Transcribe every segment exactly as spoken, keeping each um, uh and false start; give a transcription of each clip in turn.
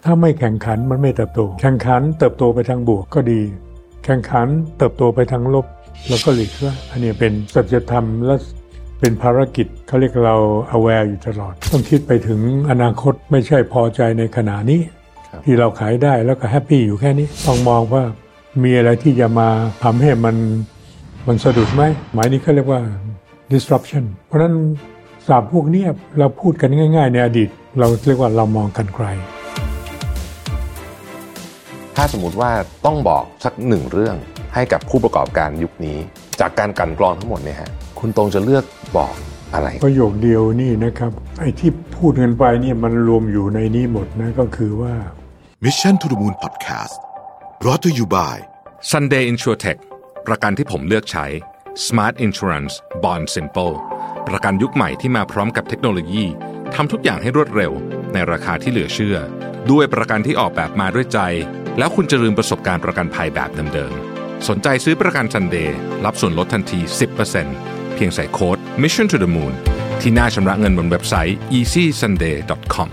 ถ้าไม่แข่งขันมันไม่เติบโตแข่งขันเติบโตไปทางบวกก็ดีแข่งขันเติบโตไปทางลบแล้วก็หลีกเลี่ยงอันนี้เป็นสัจธรรมและเป็นภารกิจเขาเรียกเรา aware อยู่ตลอดต้องคิดไปถึงอนาคตไม่ใช่พอใจในขณะนี้ที่เราขายได้แล้วก็แฮปปี้อยู่แค่นี้ต้องมองว่ามีอะไรที่จะมาทำให้มันมันสะดุดไหมหมายนี้เขาเรียกว่า disruption เพราะฉะนั้นศัพท์พวกนี้เราพูดกันง่ายๆในอดีตเราเรียกว่าเรามองกันไกลถ้าสมมุติว่าต้องบอกสักหนึ่งเรื่องให้กับผู้ประกอบการยุคนี้จากการกลั่นกรองทั้งหมดเนี่ยฮะคุณตรงจะเลือกบอกอะไรประโยคเดียวนี่นะครับไอ้ที่พูดกันไปเนี่ยมันรวมอยู่ในนี้หมดนะก็คือว่า Mission to the Moon Podcast brought to you by Sunday Insurtech ประกันที่ผมเลือกใช้ Smart Insurance Bond Simple ประกันยุคใหม่ที่มาพร้อมกับเทคโนโลยีทำทุกอย่างให้รวดเร็วในราคาที่เหลือเชื่อด้วยประกันที่ออกแบบมาด้วยใจแล้วคุณจะลืมประสบการณ์ประกันภัยแบบเดิมๆสนใจซื้อประกัน Sunday รับส่วนลดทันที สิบเปอร์เซ็นต์ เพียงใส่โค้ด Mission to the Moon ที่หน้าชำระเงินบนเว็บไซต์ อี ซี ซันเดย์ ดอท คอม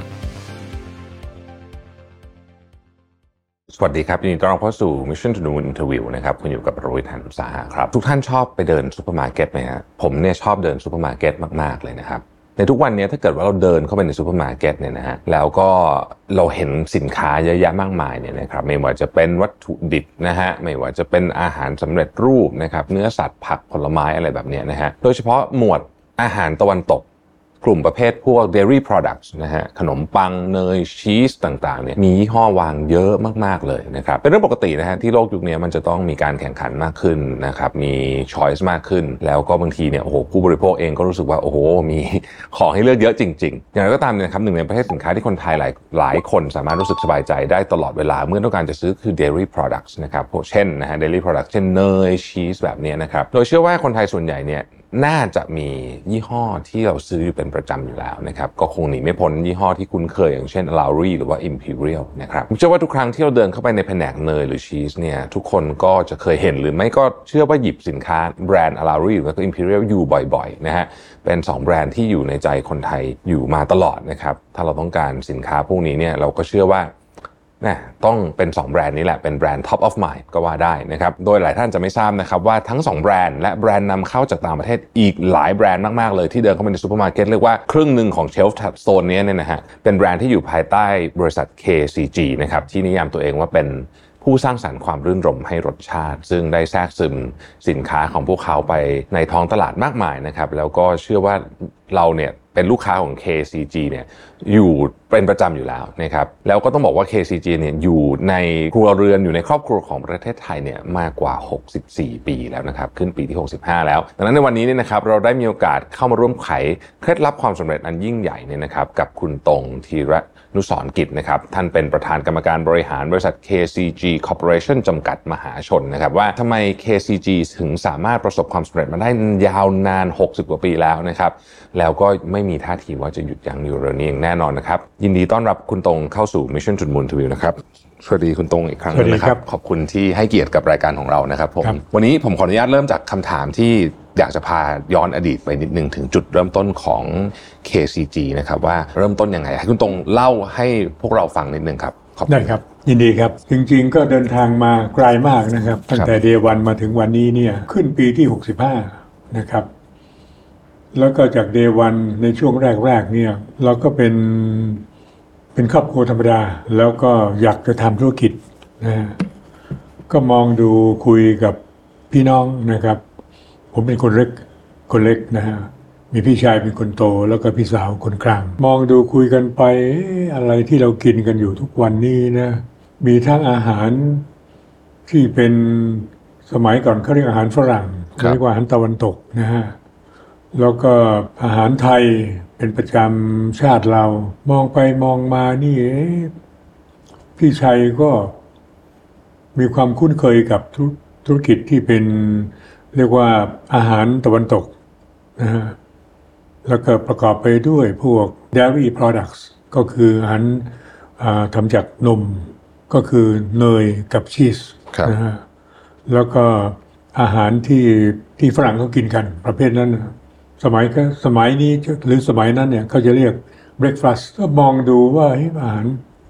สวัสดีครับยินดีต้อนรับเข้าสู่ Mission to the Moon Interview นะครับคุณอยู่กับโรบิน หาญอุตสาหะครับทุกท่านชอบไปเดินซุปเปอร์มาร์เก็ตไหมฮะผมเนี่ยชอบเดินซุปเปอร์มาร์เก็ตมากๆเลยนะครับในทุกวันนี้ถ้าเกิดว่าเราเดินเข้าไปในซูเปอร์มาร์เก็ตเนี่ยนะฮะแล้วก็เราเห็นสินค้าเยอะแยะมากมายเนี่ยนะครับไม่ว่าจะเป็นวัตถุดิบนะฮะไม่ว่าจะเป็นอาหารสำเร็จรูปนะครับเนื้อสัตว์ผักผลไม้อะไรแบบนี้นะฮะโดยเฉพาะหมวดอาหารตะวันตกกลุ่มประเภทพวก dairy products นะฮะขนมปังเนยชีสต่างๆเนี่ยมียี่ห้อวางเยอะมากๆเลยนะครับเป็นเรื่องปกตินะฮะที่โลกยุคนี้มันจะต้องมีการแข่งขันมากขึ้นนะครับมี choice มากขึ้นแล้วก็บางทีเนี่ยโอ้โหผู้บริโภคเองก็รู้สึกว่าโอ้โหมีของให้เลือกเยอะจริงๆอย่างไรก็ตามเนี่ยครับหนึ่งในประเภทสินค้าที่คนไทยหลายหลายคนสามารถรู้สึกสบายใจได้ตลอดเวลาเมื่อต้องการจะซื้อคือ dairy products นะครับพวกเช่นนะฮะ dairy products เช่นเนยชีสแบบนี้นะครับโดยเชื่อว่าคนไทยส่วนใหญ่เนี่ยน่าจะมียี่ห้อที่เราซื้ออยู่เป็นประจำอยู่แล้วนะครับก็คงหนีไม่พ้นยี่ห้อที่คุ้นเคยอย่างเช่น Lawry หรือว่า Imperial นะครับผมเชื่อว่าทุกครั้งที่เราเดินเข้าไปในแผนกเนยหรือชีสเนี่ยทุกคนก็จะเคยเห็นหรือไม่ก็เชื่อว่าหยิบสินค้าแบรนด์ Lawry หรือว่า Imperial อยู่บ่อยๆนะฮะเป็นสองแบรนด์ที่อยู่ในใจคนไทยอยู่มาตลอดนะครับถ้าเราต้องการสินค้าพวกนี้เนี่ยเราก็เชื่อว่านะต้องเป็นสองแบรนด์นี้แหละเป็นแบรนด์ top of mind ก็ว่าได้นะครับโดยหลายท่านจะไม่ทราบนะครับว่าทั้งสองแบรนด์และแบรนด์นำเข้าจากต่างประเทศอีกหลายแบรนด์มากๆเลยที่เดินเข้าไปในซูเปอร์มาร์เก็ตเรียกว่าครึ่งหนึ่งของเชลฟ์โซนนี้เนี่ยนะฮะเป็นแบรนด์ที่อยู่ภายใต้บริษัท เค ซี จี นะครับที่นิยามตัวเองว่าเป็นผู้สร้างสรรค์ความรื่นรมให้รสชาติซึ่งได้แทรกซึมสินค้าของพวกเขาไปในท้องตลาดมากมายนะครับแล้วก็เชื่อว่าเราเนี่ยเป็นลูกค้าของ เค ซี จี เนี่ยอยู่เป็นประจำอยู่แล้วนะครับแล้วก็ต้องบอกว่า เค ซี จี เนี่ยอยู่ในครัวเรือนอยู่ในครอบครัวของประเทศไทยเนี่ยมากกว่าหกสิบสี่ปีแล้วนะครับขึ้นปีที่หกสิบห้าแล้วดังนั้นในวันนี้เนี่ยนะครับเราได้มีโอกาสเข้ามาร่วมไขเคล็ดลับความสำเร็จอันยิ่งใหญ่เนี่ยนะครับกับคุณตรงธีรนุสรกิจนะครับท่านเป็นประธานกรรมการบริหารบริษัท เค ซี จี Corporation จำกัดมหาชนนะครับว่าทำไม เค ซี จี ถึงสามารถประสบความสำเร็จมาได้ยาวนานหกสิบกว่าปีแล้วนะครับแล้วก็ไม่มีท่าทีว่าจะหยุดยั้งอยู่เรื่องนี้อย่างแน่นอนนะครับยินดีต้อนรับคุณตรงเข้าสู่ Mission to the Moon Interview นะครับสวัสดีคุณตรงอีกครั้งนึงนะครับขอบคุณที่ให้เกียรติกับรายการของเรานะครับผมวันนี้ผมขออนุญาตเริ่มจากคำถามที่อยากจะพาย้อนอดีตไปนิดนึงถึงจุดเริ่มต้นของ เค ซี จี นะครับว่าเริ่มต้นยังไงให้คุณตรงเล่าให้พวกเราฟังนิดนึงครับได้ครับยินดีครับจริงๆก็เดินทางมาไกลมากนะครับตั้งแต่เดย์วันมาถึงวันนี้เนี่ยขึ้นปีที่หกสิบห้านะครับแล้วก็จากเดย์วันในช่วงแรกๆเนี่ยเราก็เป็นเป็นครอบครัวธรรมดาแล้วก็อยากจะทำธุรกิจนะก็มองดูคุยกับพี่น้องนะครับผมเป็นคนเล็กคนเล็กนะฮะมีพี่ชายเป็นคนโตแล้วก็พี่สาวคนกลางมองดูคุยกันไปอะไรที่เรากินกันอยู่ทุกวันนี้นะมีทั้งอาหารที่เป็นสมัยก่อนเขาเรียกอาหารฝรั่งเรียกว่าอาหารตะวันตกนะฮะแล้วก็อาหารไทยเป็นประจำชาติเรามองไปมองมานี่พี่ชัยก็มีความคุ้นเคยกับธุรกิจที่เป็นเรียกว่าอาหารตะวันตกนะฮะแล้วก็ประกอบไปด้วยพวก dairy products ก็คืออาหารทำจากนมก็คือเนยกับชีสนะฮะแล้วก็อาหารที่ที่ฝรั่งเขากินกันประเภทนั้นสมัยก็สมัยนี้หรือสมัยนั้นเนี่ยเขาจะเรียก breakfast ก็มองดูว่าอาหาร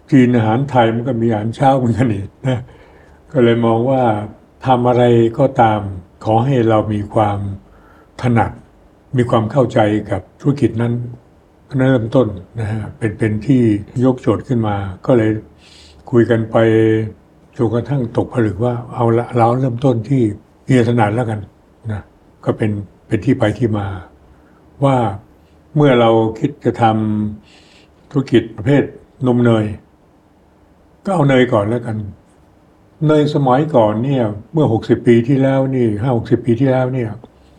จีนอาหารไทยมันก็มีอาหารเช้าเหมือนกันนี่นะก็เลยมองว่าทำอะไรก็ตามขอให้เรามีความถนัดมีความเข้าใจกับธุรกิจนั้นเริ่มต้นนะฮะเป็นเป็นที่ยกโจทย์ขึ้นมาก็เลยคุยกันไปจนกระทั่งตกผลึกว่าเอาละเราเริ่มต้นที่เฮียถนัดแล้วกันนะก็เป็นเป็นที่ไปที่มาว่าเมื่อเราคิดจะทำธุรกิจประเภทนมเนยก็เอาเนยก่อนแล้วกันเนยสมัยก่อนเนี่ยเมื่อหกสิบปีที่แล้วนี่ห้าหกสิบปีที่แล้วเนี่ย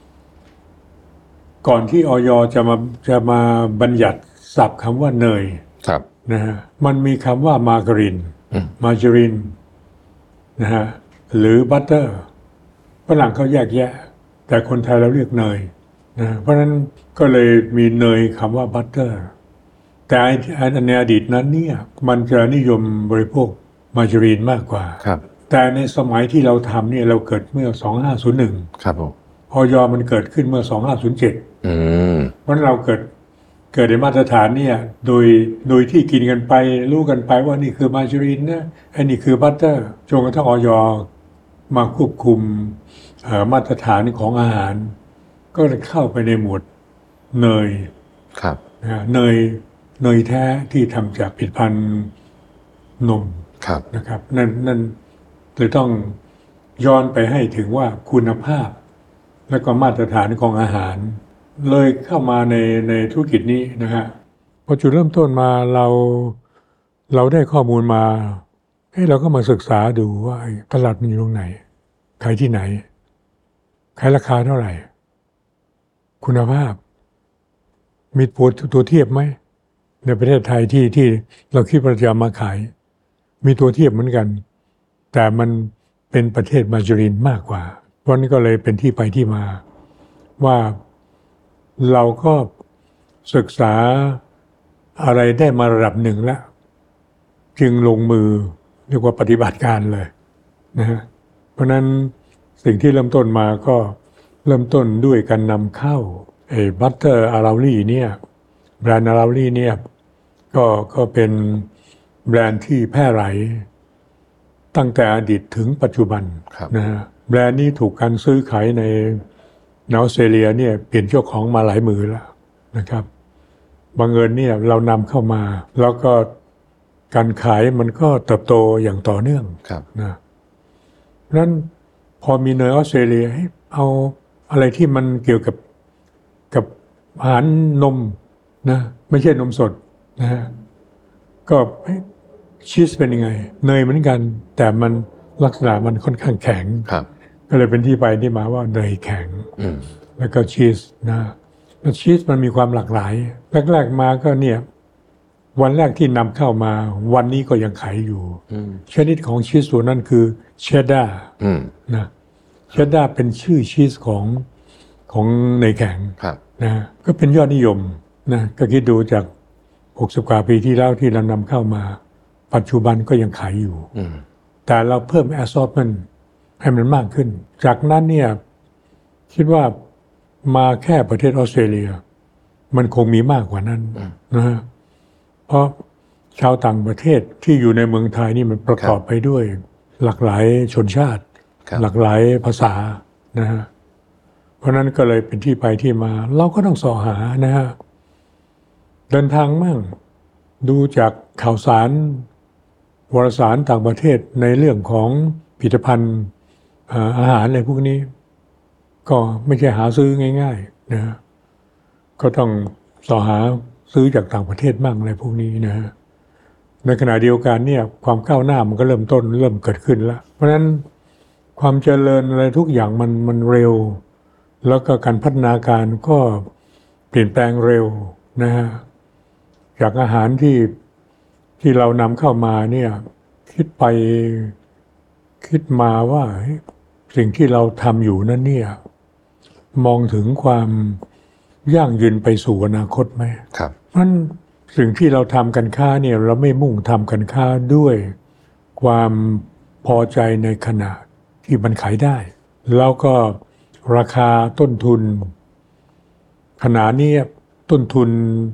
ก่อนที่อย.จะมาจะมาบัญญัติศัพท์คำว่าเนยครับนะฮะมันมีคำว่ามาการินมาจารินนะฮะหรือบัตเตอร์ฝรั่งเขาแยกแยะแต่คนไทยเราเรียกเนยนะเพราะฉะนั้นก็เลยมีเนยคำว่าบัตเตอร์แต่ในอดีตนั้นเนี่ยมันจะนิยมบริโภคมาจารินมากกว่าครับแต่ในสมัยที่เราทำเนี่ยเราเกิดเมื่อสองพันห้าร้อยสิบเอ็ดครับผมอย.มันเกิดขึ้นเมื่อสองพันห้าร้อยเจ็ดอืมเพราะเราเกิดเกิดในมาตรฐานเนี่ยโดยโดยที่กินกันไปรู้กันไปว่านี่คือมาจารินนะไอ้นี่คือบัตเตอร์จนกระทั่งอย.มาควบคุมมาตรฐานของอาหารก็เลยเข้าไปในหมวดเนยครับนะเนยเนยแท้ที่ทำจากผลิตภัณฑ์นมนะครับนั่นนั่นเลยต้องย้อนไปให้ถึงว่าคุณภาพและก็มาตรฐานของอาหารเลยเข้ามาในในธุรกิจนี้นะฮะพอจุดเริ่มต้นมาเราเราได้ข้อมูลมาเฮ้ยเราก็มาศึกษาดูว่าตลาดมันอยู่ตรงไหนขายที่ไหนขายราคาเท่าไหร่คุณภาพมีตัวตัวเทียบไหมในประเทศไทยที่ที่เราคิดว่าจะมาขายมีตัวเทียบเหมือนกันแต่มันเป็นประเทศมาจารินมากกว่าเพราะนี้ก็เลยเป็นที่ไปที่มาว่าเราก็ศึกษาอะไรได้มาระดับหนึ่งแล้วจึงลงมือเรียกว่าปฏิบัติการเลยนะฮะเพราะนั้นสิ่งที่เริ่มต้นมาก็เริ่มต้นด้วยการนำเข้าไอ้บัตเตอร์อาราลี่เนี่ยแบรนด์อาราลี่เนี่ยก็ก็เป็นแบรนด์ที่แพร่หลายตั้งแต่อดีตถึงปัจจุบันนะฮะแบรนด์นี้ถูกการซื้อขายในออสเตรเลียเนี่ยเปลี่ยนเจ้าของมาหลายมือแล้วนะครับบังเอิญเนี่ยเรานำเข้ามาแล้วก็การขายมันก็เติบโตอย่างต่อเนื่องนะเพราะฉะนั้นพอมีเนยออสเตรเลียให้เอาอะไรที่มันเกี่ยวกับกับอาหารนมนะไม่ใช่นมสดนะฮะก็ชีสเป็นยังไงเนยเหมือนกันแต่มันลักษณะมันค่อนข้างแข็งก็เลยเป็นที่ไปที่มาว่าเนยแข็งแล้วก็ชีสนะแล้วชีสมันมีความหลากหลายแรกๆมาก็เนี่ยวันแรกที่นำเข้ามาวันนี้ก็ยังขายอยู่ชนิดของชีสตัวนั้นคือเชดดาร์นะเชดดาร์เป็นชื่อชีสของของเนยแข็งนะก็เป็นยอดนิยมนะก็คิดดูจากหกสิบกว่าปีที่แล้วที่เรานำเข้ามาปัจจุบันก็ยังขายอยู่แต่เราเพิ่ม assortment ให้มันมากขึ้นจากนั้นเนี่ยคิดว่ามาแค่ประเทศออสเตรเลียมันคงมีมากกว่านั้นนะฮะเพราะชาวต่างประเทศที่อยู่ในเมืองไทยนี่มันประกอบไปด้วยหลากหลายชนชาติหลากหลายภาษานะฮะเพราะนั้นก็เลยเป็นที่ไปที่มาเราก็ต้องสอหานะฮะเดินทางมั่งดูจากข่าวสารวารสารต่างประเทศในเรื่องของผลิตภัณฑ์อาหารอะไรพวกนี้ก็ไม่ใช่หาซื้อง่ายๆนะก็ต้องสอหาซื้อจากต่างประเทศบ้างอะไรพวกนี้นะในขณะเดียวกันเนี่ยความก้าวหน้ามันก็เริ่มต้นเริ่มเกิดขึ้นแล้วเพราะฉะนั้นความเจริญอะไรทุกอย่างมันมันเร็วแล้วก็การพัฒนาการก็เปลี่ยนแปลงเร็วนะฮะจากอาหารที่ที่เรานำเข้ามาเนี่ยคิดไปคิดมาว่าสิ่งที่เราทำอยู่นั้นเนี่ยมองถึงความยั่งยืนไปสู่อนาคตไหมครับเพราะสิ่งที่เราทำการค้าเนี่ยเราไม่มุ่งทำการค้าด้วยความพอใจในขณะที่มันขายได้แล้วก็ราคาต้นทุนขณะนี้ต้นทุน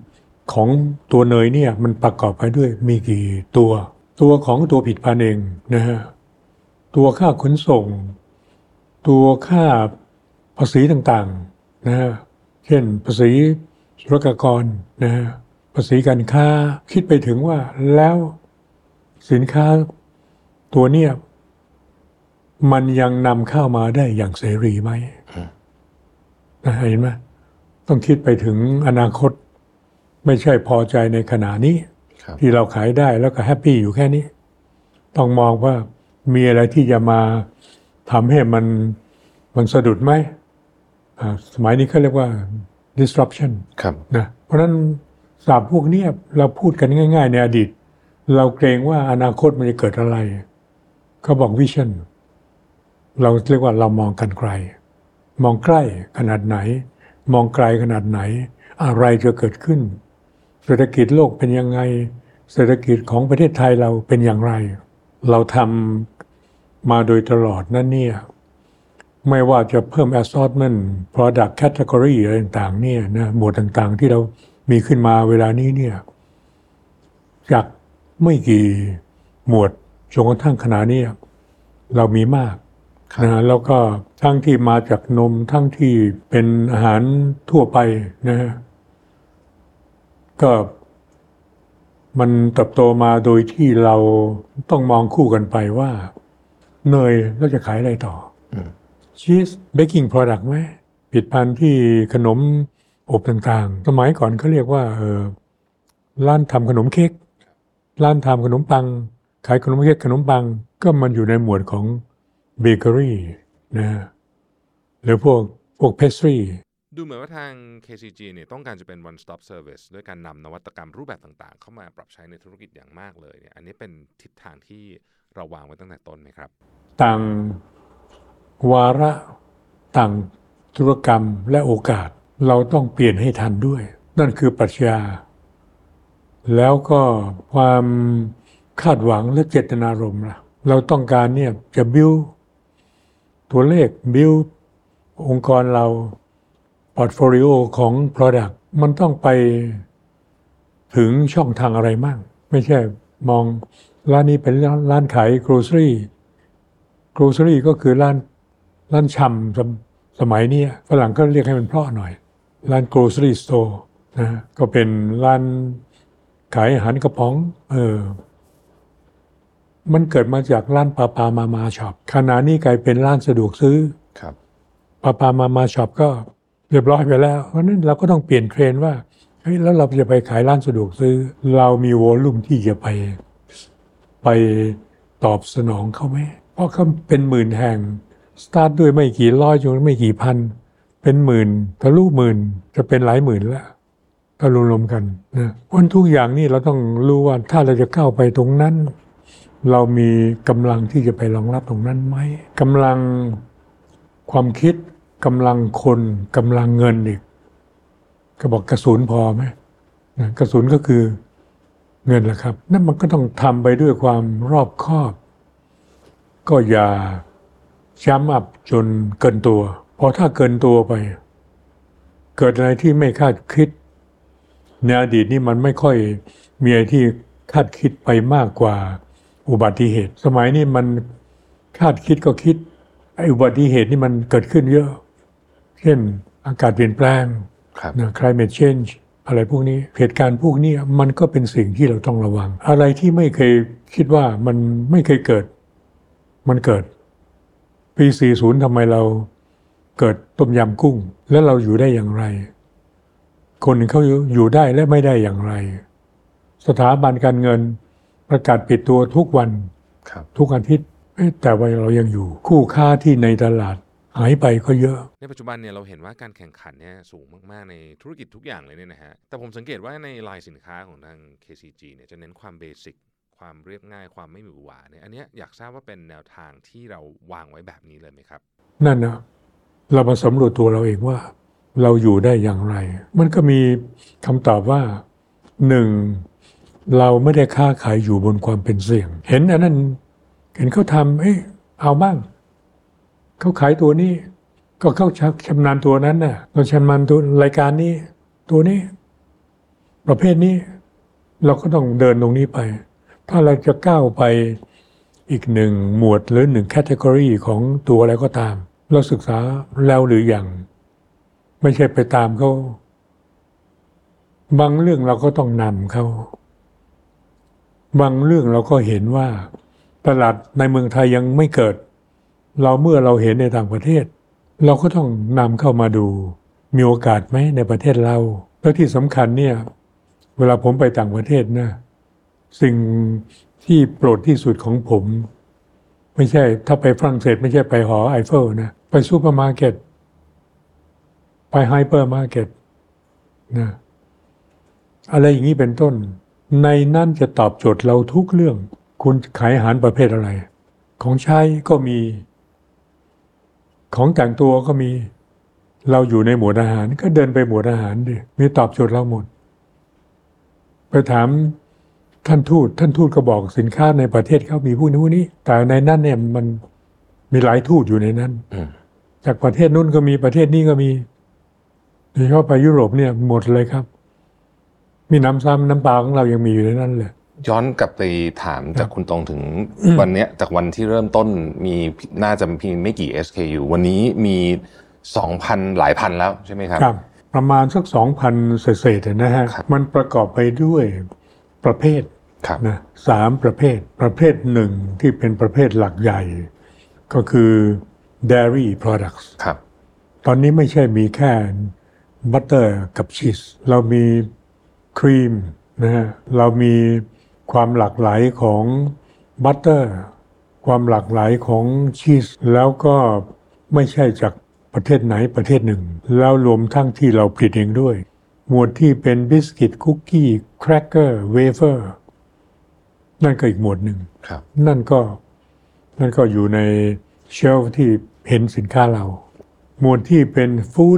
ของตัวเนยเนี่ยมันประกอบไปด้วยมีกี่ตัวตัวของตัวผลิตภัณฑ์เองนะฮะตัวค่าขนส่งตัวค่าภาษีต่างๆนะฮะเช่นภาษีศุลกากรนะฮะภาษีการค้าคิดไปถึงว่าแล้วสินค้าตัวเนี้ยมันยังนำเข้ามาได้อย่างเสรีไหมนะเห็นไหมต้องคิดไปถึงอนาคตไม่ใช่พอใจในขณะนี้ที่เราขายได้แล้วก็แฮปปี้อยู่แค่นี้ต้องมองว่ามีอะไรที่จะมาทำให้มันมันสะดุดไหมสมัยนี้เขาเรียกว่า disruption นะเพราะฉะนั้นศัพท์พวกนี้เราพูดกันง่ายๆในอดีตเราเกรงว่าอนาคตมันจะเกิดอะไรเขาบอก vision เราเรียกว่าเรามองกันไกลมองใกล้ขนาดไหนมองไกลขนาดไหนอะไรจะเกิดขึ้นเศรษฐกิจโลกเป็นยังไงเศรษฐกิจของประเทศไทยเราเป็นอย่างไรเราทำมาโดยตลอดนั่นเนี่ยไม่ว่าจะเพิ่ม assortment product category อะไรต่างๆเนี่ยนะหมวดต่างๆที่เรามีขึ้นมาเวลานี้เนี่ยจากไม่กี่หมวดจนกระทั่งขณะนี้เรามีมากนะแล้วก็ทั้งที่มาจากนมทั้งที่เป็นอาหารทั่วไปนะฮะก็มันเติบโตมาโดยที่เราต้องมองคู่กันไปว่าเนยเราจะขายอะไรต่อชีสเบกกิ้งโปรดักต์ไหมผลิตภัณฑ์ที่ขนมอบต่างๆสมัยก่อนเขาเรียกว่าเออร้านทำขนมเค้กร้านทำขนมปังขายขนมเค้กขนมปังก็มันอยู่ในหมวดของเบเกอรี่นะหรือพวกพวกเพสทรีดูเหมือนว่าทาง เค ซี จี เนี่ยต้องการจะเป็น one stop service ด้วยการนำนวัตกรรมรูปแบบต่างๆเข้ามาปรับใช้ในธุรกิจอย่างมากเลยเนี่ยอันนี้เป็นทิศทางที่เราวางไว้ตั้งแต่ต้นไหมครับต่างวาระต่างธุรกรรมและโอกาสเราต้องเปลี่ยนให้ทันด้วยนั่นคือปรัชญาแล้วก็ความคาดหวังและเจตนารมณ์ล่ะเราต้องการเนี่ยจะบิวตัวเลขบิวองค์กรเราพอร์ตโฟลิโอของ Product มันต้องไปถึงช่องทางอะไรมั่งไม่ใช่มองร้านนี้เป็นร้านขาย grocery grocery ก็คือร้านร้านชำส, สมัยนี้ฝรั่งก็เรียกให้มันเพราะหน่อยร้าน grocery store นะก็เป็นร้านขายอาหารกระป๋องเออมันเกิดมาจากร้านปาปามามาช็อปขณะนี้กลายเป็นร้านสะดวกซื้อครับปาปามามาช็อปก็เรียบร้อยไปแล้วเพราะนั้นเราก็ต้องเปลี่ยนเทรนด์ว่าเฮ้ยแล้วเราจะไปขายร้านสะดวกซื้อเรามีวอลลุ่มที่จะไปไปตอบสนองเขาไหมเพราะเขาเป็นหมื่นแห่งสตาร์ทด้วยไม่กี่ร้อยจนไม่กี่พันเป็นหมื่นทะลุหมื่นจะเป็นหลายหมื่นแล้วถ้ารวมๆกันนะวันทุกอย่างนี่เราต้องรู้ว่าถ้าเราจะเข้าไปตรงนั้นเรามีกำลังที่จะไปรองรับตรงนั้นไหมกำลังความคิดกำลังคนกำลังเงินอีกก็บอกกระสุนพอไหมนะกระสุนก็คือเงินแหละครับนั่นมันก็ต้องทำไปด้วยความรอบคอบก็อย่าช้ำอับจนเกินตัวพอถ้าเกินตัวไปเกิดอะไรที่ไม่คาดคิดในอดีตนี่มันไม่ค่อยมีอะไรที่คาดคิดไปมากกว่าอุบัติเหตุสมัยนี้มันคาดคิดก็คิดไอ้อุบัติเหตุนี่มันเกิดขึ้นเยอะเช่นอากาศเปลี่ยนแปลงนะ climate change อะไรพวกนี้เหตุการณ์พวกนี้มันก็เป็นสิ่งที่เราต้องระวังอะไรที่ไม่เคยคิดว่ามันไม่เคยเกิดมันเกิดปีสี่สิบทำไมเราเกิดต้มยำกุ้งแล้วเราอยู่ได้อย่างไรคนเขาอยู่ได้และไม่ได้อย่างไรสถาบันการเงินประกาศปิดตัวทุกวันทุกอาทิตย์แต่ว่าเรายังอยู่คู่ค้าที่ในตลาดหายไปก็เยอะในปัจจุบันเนี่ยเราเห็นว่าการแข่งขันเนี่ยสูงมากๆในธุรกิจทุกอย่างเลยเนี่ยนะฮะแต่ผมสังเกตว่าในลายสินค้าของทาง เค ซี จี เนี่ยจะเน้นความเบสิกความเรียบง่ายความไม่หวือหวาเนี่ยอันนี้อยากทราบว่าเป็นแนวทางที่เราวางไว้แบบนี้เลยไหมครับนั่นนะเรามาสำรวจตัวเราเองว่าเราอยู่ได้อย่างไรมันก็มีคำตอบว่าหนึ่งเราไม่ได้ค้าขายอยู่บนความเป็นเสี่ยงเห็นอันนั้นเห็นเขาทำเอ้ยเอาบ้างเขาขายตัวนี้ก็เขาชำนาญตัวนั้นน่ะเราชำนาญตัวรายการนี้ตัวนี้ประเภทนี้เราก็ต้องเดินตรงนี้ไปถ้าเราจะก้าวไปอีกหนึ่งหมวดหรือหนึ่งแคตตากรีของตัวอะไรก็ตามเราศึกษาแล้วหรือยังไม่ใช่ไปตามเขาบางเรื่องเราก็ต้องนำเขาบางเรื่องเราก็เห็นว่าตลาดในเมืองไทยยังไม่เกิดเราเมื่อเราเห็นในต่างประเทศเราก็ต้องนำเข้ามาดูมีโอกาสไหมในประเทศเราแล้วที่สำคัญเนี่ยเวลาผมไปต่างประเทศนะสิ่งที่โปรดที่สุดของผมไม่ใช่ถ้าไปฝรั่งเศสไม่ใช่ไปหอไอเฟลนะไปซูเปอร์มาร์เก็ตไปไฮเปอร์มาร์เก็ตนะอะไรอย่างนี้เป็นต้นในนั้นจะตอบโจทย์เราทุกเรื่องคุณขายอาหารประเภทอะไรของใช้ก็มีของแต่งตัวก็มีเราอยู่ในหมวดอาหารก็เดินไปหมวดอาหารดิมีตอบโจทย์เราหมดไปถามท่านทูตท่านทูตก็บอกสินค้าในประเทศเขามีพวกนี้พวกนี้แต่ในนั้นเนี่ยมันมีหลายทูตอยู่ในนั้นจากประเทศนู้นก็มีประเทศนี้ก็มีโดยเฉพาะไปยุโรปเนี่ยหมดเลยครับมีน้ำซ้ำน้ำปลาของเรายังมีอยู่ในนั้นเลยย้อนกลับไปถามจากคุณตรงถึงวันนี้จากวันที่เริ่มต้นมีน่าจะมีไม่กี่ เอส เค ยู วันนี้มี สองพัน หลายพันแล้วใช่ไหมครับครับประมาณสัก สองพัน เศษๆนะฮะมันประกอบไปด้วยประเภทนะสามประเภทประเภทหนึ่งที่เป็นประเภทหลักใหญ่ก็คือ dairy products ครับตอนนี้ไม่ใช่มีแค่บัตเตอร์กับชีสเรามีครีมนะฮะเรามีความหลากหลายของบัตเตอร์ความหลากหลายของชีสแล้วก็ไม่ใช่จากประเทศไหนประเทศหนึ่งแล้วรวมทั้งที่เราผลิตเองด้วยหมวดที่เป็นบิสกิตคุกกี้แครกเกอร์เวเฟอร์นั่นก็อีกหมวดหนึ่งนั่นก็นั่นก็อยู่ในเชลฟ์ที่เห็นสินค้าเราหมวดที่เป็น Food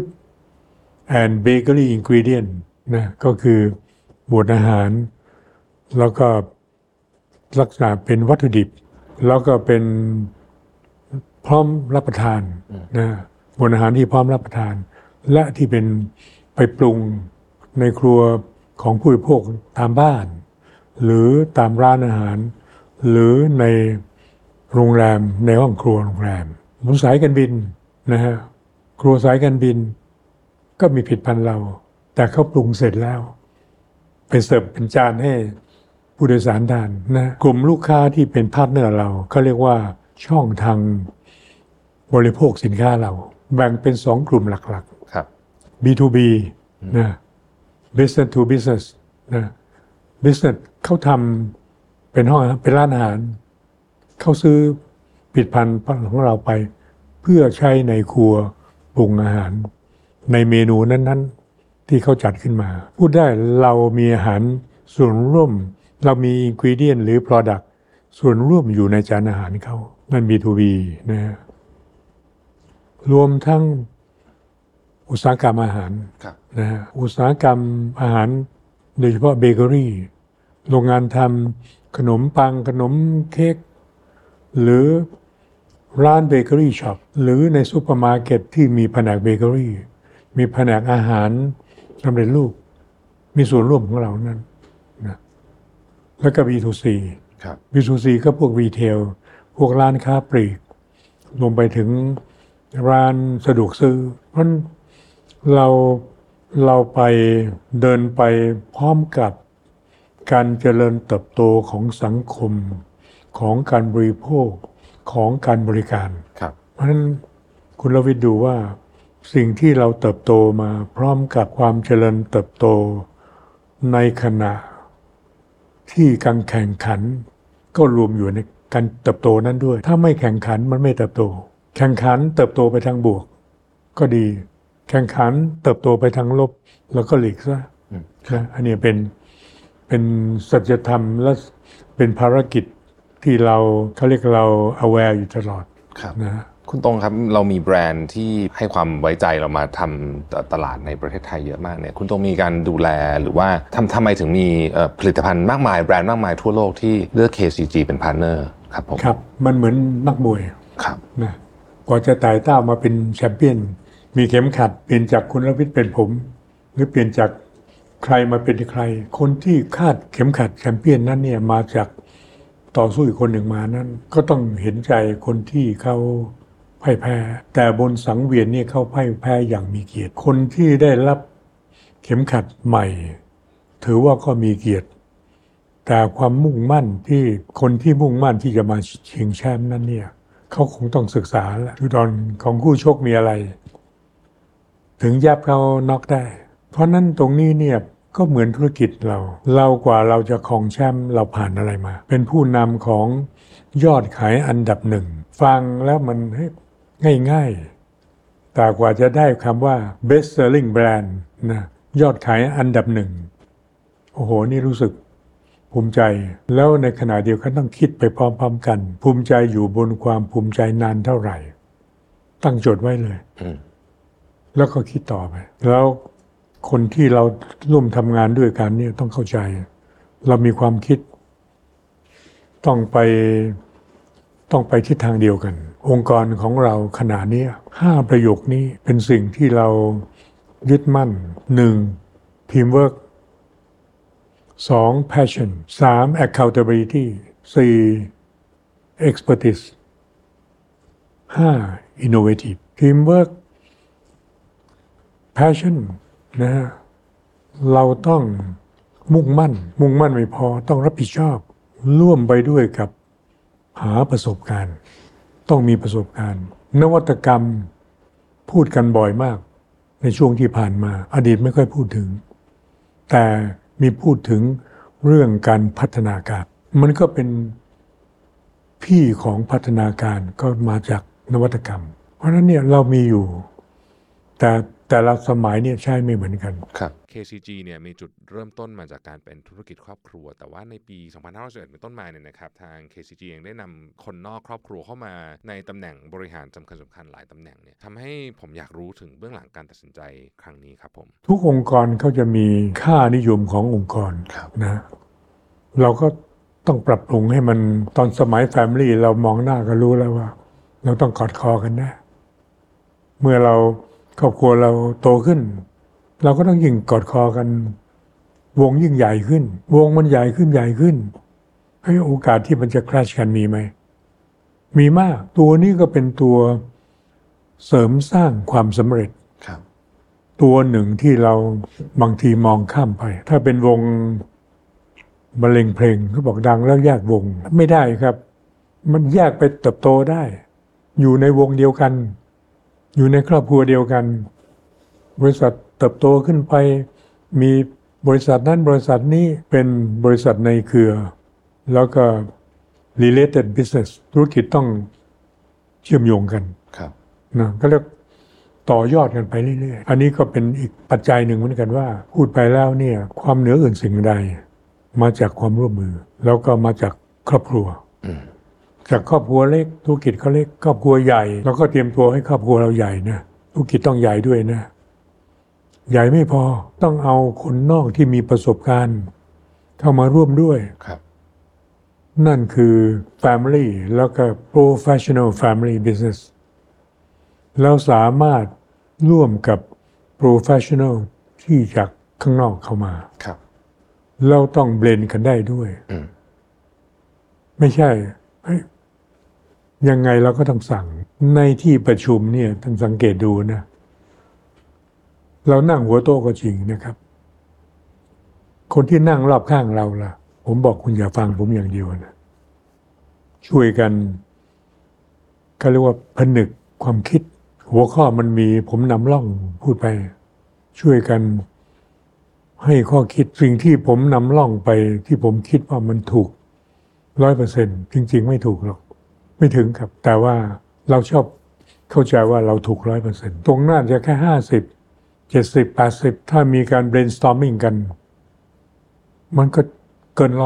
and Bakery Ingredient นะก็คือหมวดอาหารแล้วก็ลักษณะเป็นวัตถุดิบแล้วก็เป็นพร้อมรับประทานนะหมวดอาหารที่พร้อมรับประทานและที่เป็นไปปรุงในครัวของผู้บริโภคตามบ้านหรือตามร้านอาหารหรือในโรงแรมในห้องครัวโรงแรมบนสายการบินนะฮะครัวสายการบินก็มีผลิตภัณฑ์เราแต่เขาปรุงเสร็จแล้วไปเสิร์ฟเป็นจานให้ผู้โดยสารทานนะกลุ่มลูกค้าที่เป็นพาร์ทเนอร์เราเขาเรียกว่าช่องทางบริโภคสินค้าเราแบ่งเป็นสองกลุ่มหลักๆครับบี ทู บี นะ business to business นะ business เขาทำเป็นห้องเป็นร้านอาหารเขาซื้อผลิตภัณฑ์ของเราไปเพื่อใช้ในครัวปรุงอาหารในเมนูนั้นๆที่เขาจัดขึ้นมาพูดได้เรามีอาหารส่วนร่วมเรามี ingredient หรือ product ส่วนร่วมอยู่ในจานอาหารเขานั่น บี ทู บี นะฮะรวมทั้งอุตสาหกรรมอาหารนะฮะอุตสาหกรรมอาหารโดยเฉพาะเบเกอรี่โรงงานทำขนมปังขนมเค้กหรือร้านเบเกอรี่ช็อปหรือในซูเปอร์มาร์เก็ตที่มีแผนกเบเกอรี่มีแผนกอาหารสำเร็จรูปมีส่วนร่วมของเรานั้นนะแล้วก็ บี ทู ซีครับบี ทู ซี ก็พวกรีเทลพวกร้านค้าปลีกรวมไปถึงร้านสะดวกซื้อเพราะเราเราไปเดินไปพร้อมกับการเจริญเติบโตของสังคมของการบริโภคของการบริการครับเพราะฉะนั้นคุณรวิทย์ดูว่าสิ่งที่เราเติบโตมาพร้อมกับความเจริญเติบโตในขณะที่การแข่งขันก็รวมอยู่ในการเติบโตนั้นด้วยถ้าไม่แข่งขันมันไม่เติบโตแข่งขันเติบโตไปทางบวกก็ดีแข่งขันเติบโตไปทางลบแล้วก็หลีกซะนะอันนี้เป็นเป็นสัจธรรมและเป็นภารกิจที่เราเขาเรียกเรา aware อยู่ตลอดนะคุณตรงครับเรามีแบรนด์ที่ให้ความไว้ใจเรามาทำตลาดในประเทศไทยเยอะมากเนี่ยคุณตรงมีการดูแลหรือว่าทำทำไมถึงมีผลิตภัณฑ์มากมายแบรนด์มากมายทั่วโลกที่เลือก เค ซี จี เป็นพาร์ทเนอร์ครับผมครับมันเหมือนนักมวยครับนะกว่าจะไต่เต้ามาเป็นแชมเปี้ยนมีเข็มขัดเปลี่ยนจากคุณรวิทย์เป็นผมหรือเปลี่ยนจากใครมาเป็นใครคนที่คาดเข็มขัดแชมเปี้ยนนั้นเนี่ยมาจากต่อสู้อีกคนหนึ่งมานั้นก็ต้องเห็นใจคนที่เขาพ่ายแพ้แต่บนสังเวียนเนี่ยเขาพ่ายแพ้อย่างมีเกียรติคนที่ได้รับเข็มขัดใหม่ถือว่าก็มีเกียรติแต่ความมุ่งมั่นที่คนที่มุ่งมั่นที่จะมาชิงแชมป์นั้นเนี่ยเขาคงต้องศึกษาแหละจุดอ่อนของคู่ชกมีอะไรถึงยับเขาน็อกได้เพราะนั้นตรงนี้เนี่ยก็เหมือนธุรกิจเราเรากว่าเราจะครองแชมป์เราผ่านอะไรมาเป็นผู้นำของยอดขายอันดับหนึ่งฟังแล้วมันง่ายๆแต่กว่าจะได้คำว่า best selling brand นะยอดขายอันดับหนึ่งโอ้โหนี่รู้สึกภูมิใจแล้วในขณะเดียวกันต้องคิดไปพร้อมๆกันภูมิใจอยู่บนความภูมิใจนานเท่าไหร่ตั้งโจทย์ไว้เลยแล้วก็คิดต่อไปแล้วคนที่เราร่วมทำงานด้วยกันเนี่ยต้องเข้าใจเรามีความคิดต้องไปต้องไปทิศทางเดียวกันองค์กรของเราขณะนี้ห้าประโยคนี้เป็นสิ่งที่เรายึดมั่นหนึ่ง teamwork สอง passion สาม accountability สี่ expertise ห้า innovative teamwork passion นะฮะเราต้องมุ่งมั่นมุ่งมั่นไม่พอต้องรับผิดชอบร่วมไปด้วยกับหาประสบการณ์ต้องมีประสบการณ์นวัตกรรมพูดกันบ่อยมากในช่วงที่ผ่านมาอดีตไม่ค่อยพูดถึงแต่มีพูดถึงเรื่องการพัฒนาการมันก็เป็นพี่ของพัฒนาการก็มาจากนวัตกรรมเพราะฉะนั้นเนี่ยเรามีอยู่แต่แต่ละสมัยเนี่ยใช่ไม่เหมือนกันครับ เค ซี จี เนี่ยมีจุดเริ่มต้นมาจากการเป็นธุรกิจครอบครัวแต่ว่าในปีสองพันห้าร้อยสิบเอ็ดเป็นต้นมาเนี่ยนะครับทาง เค ซี จี เองได้นำคนนอกครอบครัวเข้ามาในตำแหน่งบริหารสำคัญสำคัญหลายตำแหน่งเนี่ยทำให้ผมอยากรู้ถึงเบื้องหลังการตัดสินใจครั้งนี้ครับผมทุกองค์กรเขาจะมีค่านิยมขององค์กรนะเราก็ต้องปรับปรุงให้มันตอนสมัย Family เรามองหน้าก็รู้แล้วว่าเราต้องกอดคอกันนะเมื่อเราครอบครัวเราโตขึ้นเราก็ต้องยิ่งกอดคอกันวงยิ่งใหญ่ขึ้นวงมันใหญ่ขึ้นใหญ่ขึ้นให้โอกาสที่มันจะคลาชกันมีไหมมีมากตัวนี้ก็เป็นตัวเสริมสร้างความสำเร็จครับตัวหนึ่งที่เราบางทีมองข้ามไปถ้าเป็นวงบรรเลงเพลงเขาบอกดังแล้วแยกวงไม่ได้ครับมันแยกไปเติบโตได้อยู่ในวงเดียวกันอยู่ในครอบครัวเดียวกันบริษัทเติบโตขึ้นไปมีบริษัทนั้นบริษัทนี้เป็นบริษัทในเครือแล้วก็ related business ธุรกิจต้องเชื่อมโยงกันครับนะก็เรียกต่อยอดกันไปเรื่อยๆอันนี้ก็เป็นอีกปัจจัยหนึ่งเหมือนกันว่าพูดไปแล้วเนี่ยความเหนืออื่นสิ่งใดมาจากความร่วมมือแล้วก็มาจากครอบครัวจากครอบครัวเล็กธุรกิจเขาเล็กครอบครัวใหญ่แล้วก็เตรียมตัวให้ครอบครัวเราใหญ่นะธุรกิจต้องใหญ่ด้วยนะใหญ่ไม่พอต้องเอาคนนอกที่มีประสบการณ์เข้ามาร่วมด้วยครับนั่นคือ Family แล้วก็ Professional Family Business แล้วสามารถร่วมกับ Professional ที่จากข้างนอกเข้ามาครับเราต้องเบลนด์กันได้ด้วยไม่ใช่ยังไงเราก็ต้องสั่งในที่ประชุมเนี่ยท่านสังเกตดูนะเรานั่งหัวโต๊ะก็จริงนะครับคนที่นั่งรอบข้างเราล่ะผมบอกคุณอย่าฟังผมอย่างเดียวนะช่วยกันเขาเรียกว่าผนึกความคิดหัวข้อมันมีผมนำล่องพูดไปช่วยกันให้ข้อคิดสิ่งที่ผมนำล่องไปที่ผมคิดว่ามันถูกร้อยเปอร์เซ็นต์จริงๆไม่ถูกหรอกไม่ถึงครับแต่ว่าเราชอบเข้าใจว่าเราถูกร้อยเปอร์เซ็นต์ตรงนั้นจะแค่ห้าสิบเจ็ดสิบแปดสิบถ้ามีการ brainstorming กันมันก็เกินร้อย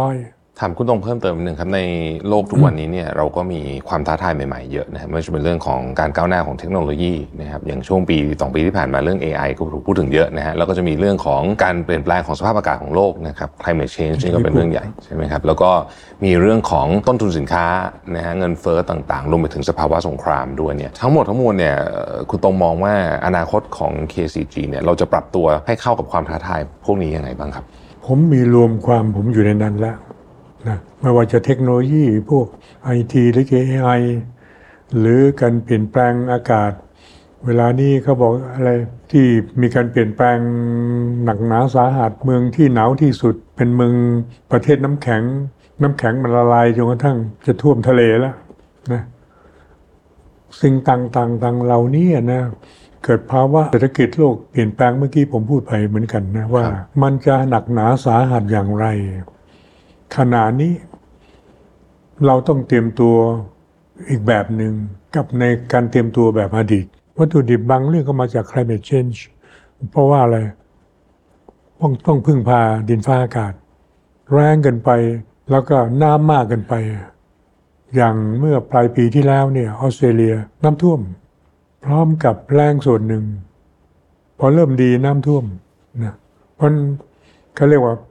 ถามคุณตรงเพิ่มเติมนิดนึงครับในโลกทุกวันนี้เนี่ยเราก็มีความท้าทายใหม่ๆเยอะนะไม่ว่าจะเป็นเรื่องของการก้าวหน้าของเทคโนโลยีนะครับอย่างช่วงปีสองปีที่ผ่านมาเรื่อง เอ ไอ ก็ถูกพูดถึงเยอะนะฮะแล้วก็จะมีเรื่องของการเปลี่ยนแปลงของสภาพอากาศของโลกนะครับ climate change นี่ก็เป็นเรื่องใหญ่ใช่ไหมครับแล้วก็มีเรื่องของต้นทุนสินค้านะฮะเงินเฟ้อต่างๆรวมไปถึงสภาวะสงครามด้วยเนี่ยทั้งหมดทั้งมวลเนี่ยคุณตรงมองว่าอนาคตของ เค ซี จี เนี่ยเราจะปรับตัวให้เข้ากับความท้าทายพวกนี้ยังไงบ้างครับผมมีรวมความผมอยู่ในนั้นแล้วนะไม่ว่าจะเทคโนโลยีพวก ไอ ที หรือ เอ ไอ หรือการเปลี่ยนแปลงอากาศเวลานี้เขาบอกอะไรที่มีการเปลี่ยนแปลงหนักหนาสาหัสเมืองที่หนาวที่สุดเป็นเมืองประเทศน้ำแข็งน้ำแข็งมันละลายจนกระทั่งจะท่วมทะเลแล้วนะสิ่งต่างๆต่างเหล่านี้นะเกิดภาวะเศรษฐกิจโลกเปลี่ยนแปลงเมื่อกี้ผมพูดไปเหมือนกันนะว่ามันจะหนักหนาสาหัสอย่างไรขณะนี้เราต้องเตรียมตัวอีกแบบหนึ่งกับในการเตรียมตัวแบบอดีตวัตถุดิบบางเรื่องก็มาจาก climate change เพราะว่าอะไรต้องต้องพึ่งพาดินฟ้าอากาศแรงเกินไปแล้วก็น้ำมากเกินไปอย่างเมื่อปลายปีที่แล้วเนี่ยออสเตรเลียน้ำท่วมพร้อมกับแรงส่วนหนึ่งพอเริ่มดีน้ำท่วมนะเพราะเขาเรียกว่า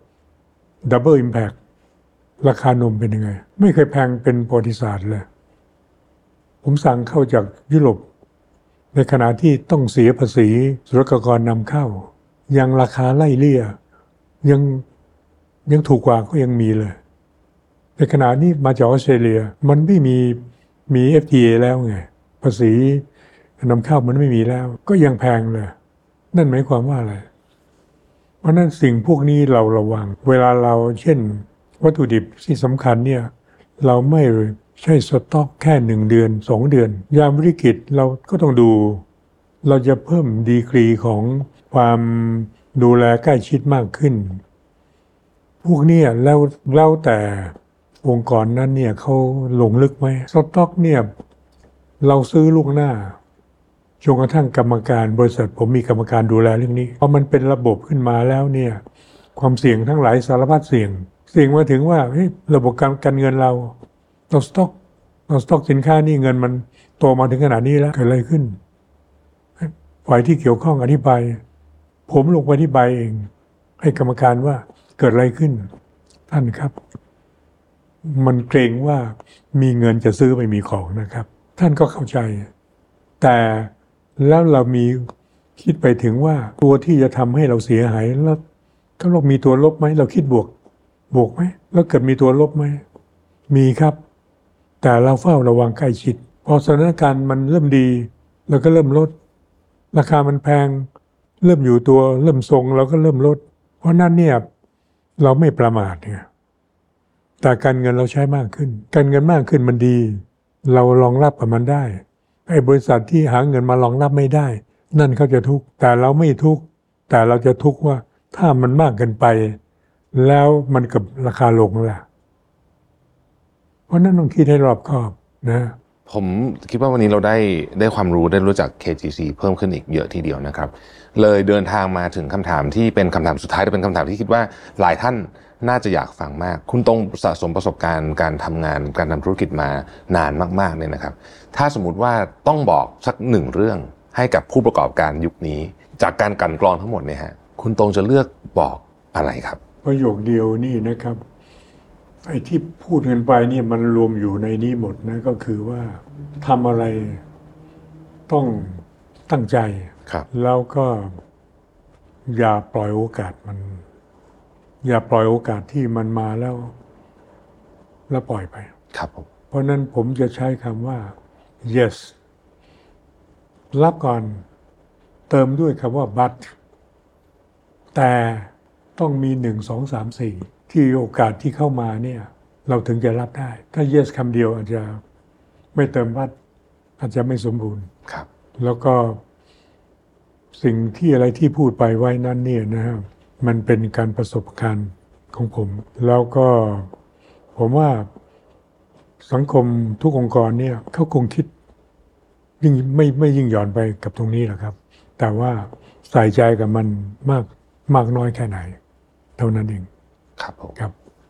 double impact ราคานมเป็นยังไงไม่เคยแพงเป็นประวัติศาสตร์เลยผมสั่งเข้าจากยุโรปในขณะที่ต้องเสียภาษีศุลกากรนำเข้ายังราคาไล่เลี่ยยังยังถูกกว่าก็ยังมีเลยในขณะนี้มาจากออสเตรเลียมันไม่มีมี เอฟ ที เอ แล้วไงภาษีนำเข้ามันไม่มีแล้วก็ยังแพงเลยนั่นหมายความว่าอะไรเพราะนั้นสิ่งพวกนี้เราระวังเวลาเราเช่นวัตถุดิบที่สำคัญเนี่ยเราไม่ใช่สต็อกแค่หนึ่งเดือนสองเดือนยามวิกฤตเราก็ต้องดูเราจะเพิ่มดีกรีของความดูแลใกล้ชิดมากขึ้นพวกนี้แล้วแล้วแต่องค์กรนั้นเนี่ยเขาลงลึกไหมสต็อกเนี่ยเราซื้อล่วงหน้าจนกระทั่งกรรมการบริษัทผมมีกรรมการดูแลเรื่องนี้พอมันเป็นระบบขึ้นมาแล้วเนี่ยความเสี่ยงทั้งหลายสารพัดเสี่ยงเสี่ยงมาถึงว่าระบบการการเงินเราเราสต็อกเราสต็อกสินค้านี่เงินมันโตมาถึงขนาดนี้แล้วเกิดอะไรขึ้นฝ่ายที่เกี่ยวข้องอธิบายผมลงไปอธิบายเองให้กรรมการว่าเกิดอะไรขึ้นท่านครับมันเกรงว่ามีเงินจะซื้อไม่มีของนะครับท่านก็เข้าใจแต่แล้วเรามีคิดไปถึงว่าตัวที่จะทำให้เราเสียหายแล้วถ้าเรามีตัวลบไหมเราคิดบวกบวกไหมแล้วเกิดมีตัวลบไหมมีครับแต่เราเฝ้าระวังใกล้ชิดพอสถานการณ์มันเริ่มดีเราก็เริ่มลดราคามันแพงเริ่มอยู่ตัวเริ่มทรงเราก็เริ่มลดเพราะนั้นเนี่ยเราไม่ประมาทเนี่ยแต่การเงินเราใช้มากขึ้นการเงินมากขึ้นมันดีเรารองรับกับมันได้ไอ้บริษัทที่หาเงินมารองรับไม่ได้นั่นเขาจะทุกข์แต่เราไม่ทุกข์แต่เราจะทุกข์ว่าถ้ามันมากเกินไปแล้วมันกับราคาลงล่ะเพราะนั้นต้องคิดให้รอบคอบนะผมคิดว่าวันนี้เราได้ได้ความรู้ได้รู้จัก เค จี ซี เพิ่มขึ้นอีกเยอะทีเดียวนะครับเลยเดินทางมาถึงคำถามที่เป็นคำถามสุดท้ายแต่เป็นคำถามที่คิดว่าหลายท่านน่าจะอยากฟังมากคุณต้องสะสมประสบการณ์การทำงานการทำธุรกิจมานานมากๆเนี่ยนะครับถ้าสมมุติว่าต้องบอกสักหนึ่งเรื่องให้กับผู้ประกอบการยุคนี้จากการกลั่นกรองทั้งหมดเนี่ยฮะคุณตรงจะเลือกบอกอะไรครับประโยคเดียวนี่นะครับไอ้ที่พูดกันไปเนี่ยมันรวมอยู่ในนี้หมดนะก็คือว่าทำอะไรต้องตั้งใจแล้วก็อย่าปล่อยโอกาสมันอย่าปล่อยโอกาสที่มันมาแล้วแล้วปล่อยไปครับผมเพราะนั้นผมจะใช้คำว่า yes รับก่อนเติมด้วยคำว่า but แต่ต้องมีหนึ่งสองสามสี่ที่โอกาสที่เข้ามาเนี่ยเราถึงจะรับได้ถ้า yes คำเดียวอาจจะไม่เติม but อาจจะไม่สมบูรณ์ครับแล้วก็สิ่งที่อะไรที่พูดไปไว้นั้นเนี่ยนะครับมันเป็นการประสบการณ์ของผมแล้วก็ผมว่าสังคมทุกองค์กรเนี่ยเขาคงคิดยิ่งไม่ไม่ยิ่งหย่อนไปกับตรงนี้หรอกครับแต่ว่าใส่ใจกับมันมากมากน้อยแค่ไหนเท่านั้นเองครับผมครับ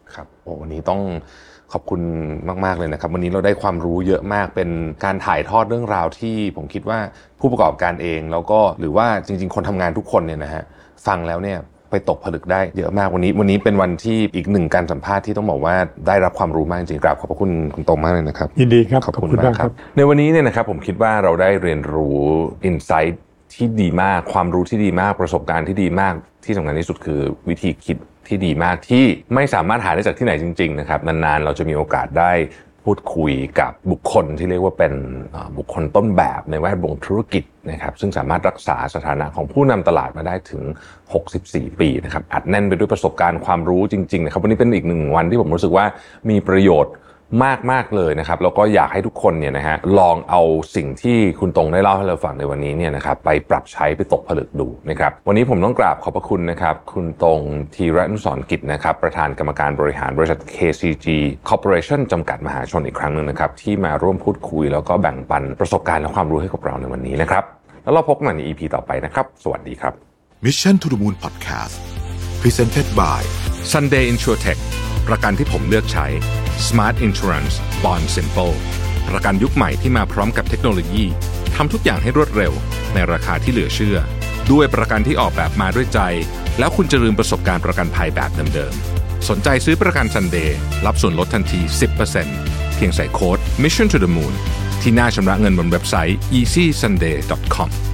ครับโอ้วันนี้ต้องขอบคุณมากๆเลยนะครับวันนี้เราได้ความรู้เยอะมากเป็นการถ่ายทอดเรื่องราวที่ผมคิดว่าผู้ประกอบการเองแล้วก็หรือว่าจริงๆคนทำงานทุกคนเนี่ยนะฮะฟังแล้วเนี่ยไปตกผลึกได้เยอะมากวันนี้วันนี้เป็นวันที่อีกหนึ่งการสัมภาษณ์ที่ต้องบอกว่าได้รับความรู้มากจริงๆกราบขอบพระคุณคุณตรงมากเลยนะครับยินดีครับขอบคุณมากครับในวันนี้เนี่ยนะครับผมคิดว่าเราได้เรียนรู้อินไซต์ที่ดีมากความรู้ที่ดีมากประสบการณ์ที่ดีมากที่สำคัญที่สุดคือวิธีคิดที่ดีมากที่ไม่สามารถหาได้จากที่ไหนจริงๆนะครับนานๆเราจะมีโอกาสได้พูดคุยกับบุคคลที่เรียกว่าเป็นบุคคลต้นแบบในแวดวงธุรกิจนะครับซึ่งสามารถรักษาสถานะของผู้นำตลาดมาได้ถึงหกสิบสี่ปีนะครับอัดแน่นไปด้วยประสบการณ์ความรู้จริงๆนะครับวันนี้เป็นอีกหนึ่งวันที่ผมรู้สึกว่ามีประโยชน์มากๆเลยนะครับแล้วก็อยากให้ทุกคนเนี่ยนะฮะลองเอาสิ่งที่คุณตรงได้เล่าให้เราฟังในวันนี้เนี่ยนะครับไปปรับใช้ไปตกผลึกดูนะครับวันนี้ผมต้องกราบขอบพระคุณนะครับคุณตรงธีรนุสรณ์กิจนะครับประธานกรรมการบริหารบริษัท เค ซี จี Corporation จำกัดมหาชนอีกครั้งนึงนะครับที่มาร่วมพูดคุยแล้วก็แบ่งปันประสบการณ์และความรู้ให้กับเราในวันนี้นะครับแล้วเราพบกันใน อี พี ต่อไปนะครับสวัสดีครับ Mission to the Moon Podcast Presented by Sunday InsurTech ประกันที่ผมเลือกใช้ Smart Insurance Bond Simple ประกันยุคใหม่ที่มาพร้อมกับเทคโนโลยีทำทุกอย่างให้รวดเร็วในราคาที่เหลือเชื่อด้วยประกันที่ออกแบบมาด้วยใจแล้วคุณจะลืมประสบการณ์ประกันภัยแบบเดิมๆสนใจซื้อประกัน Sunday รับส่วนลดทันที สิบเปอร์เซ็นต์ เพียงใส่โค้ด Mission to the Moon ที่หน้าชำระเงินบนเว็บไซต์ อี ซี ซันเดย์ ดอท คอม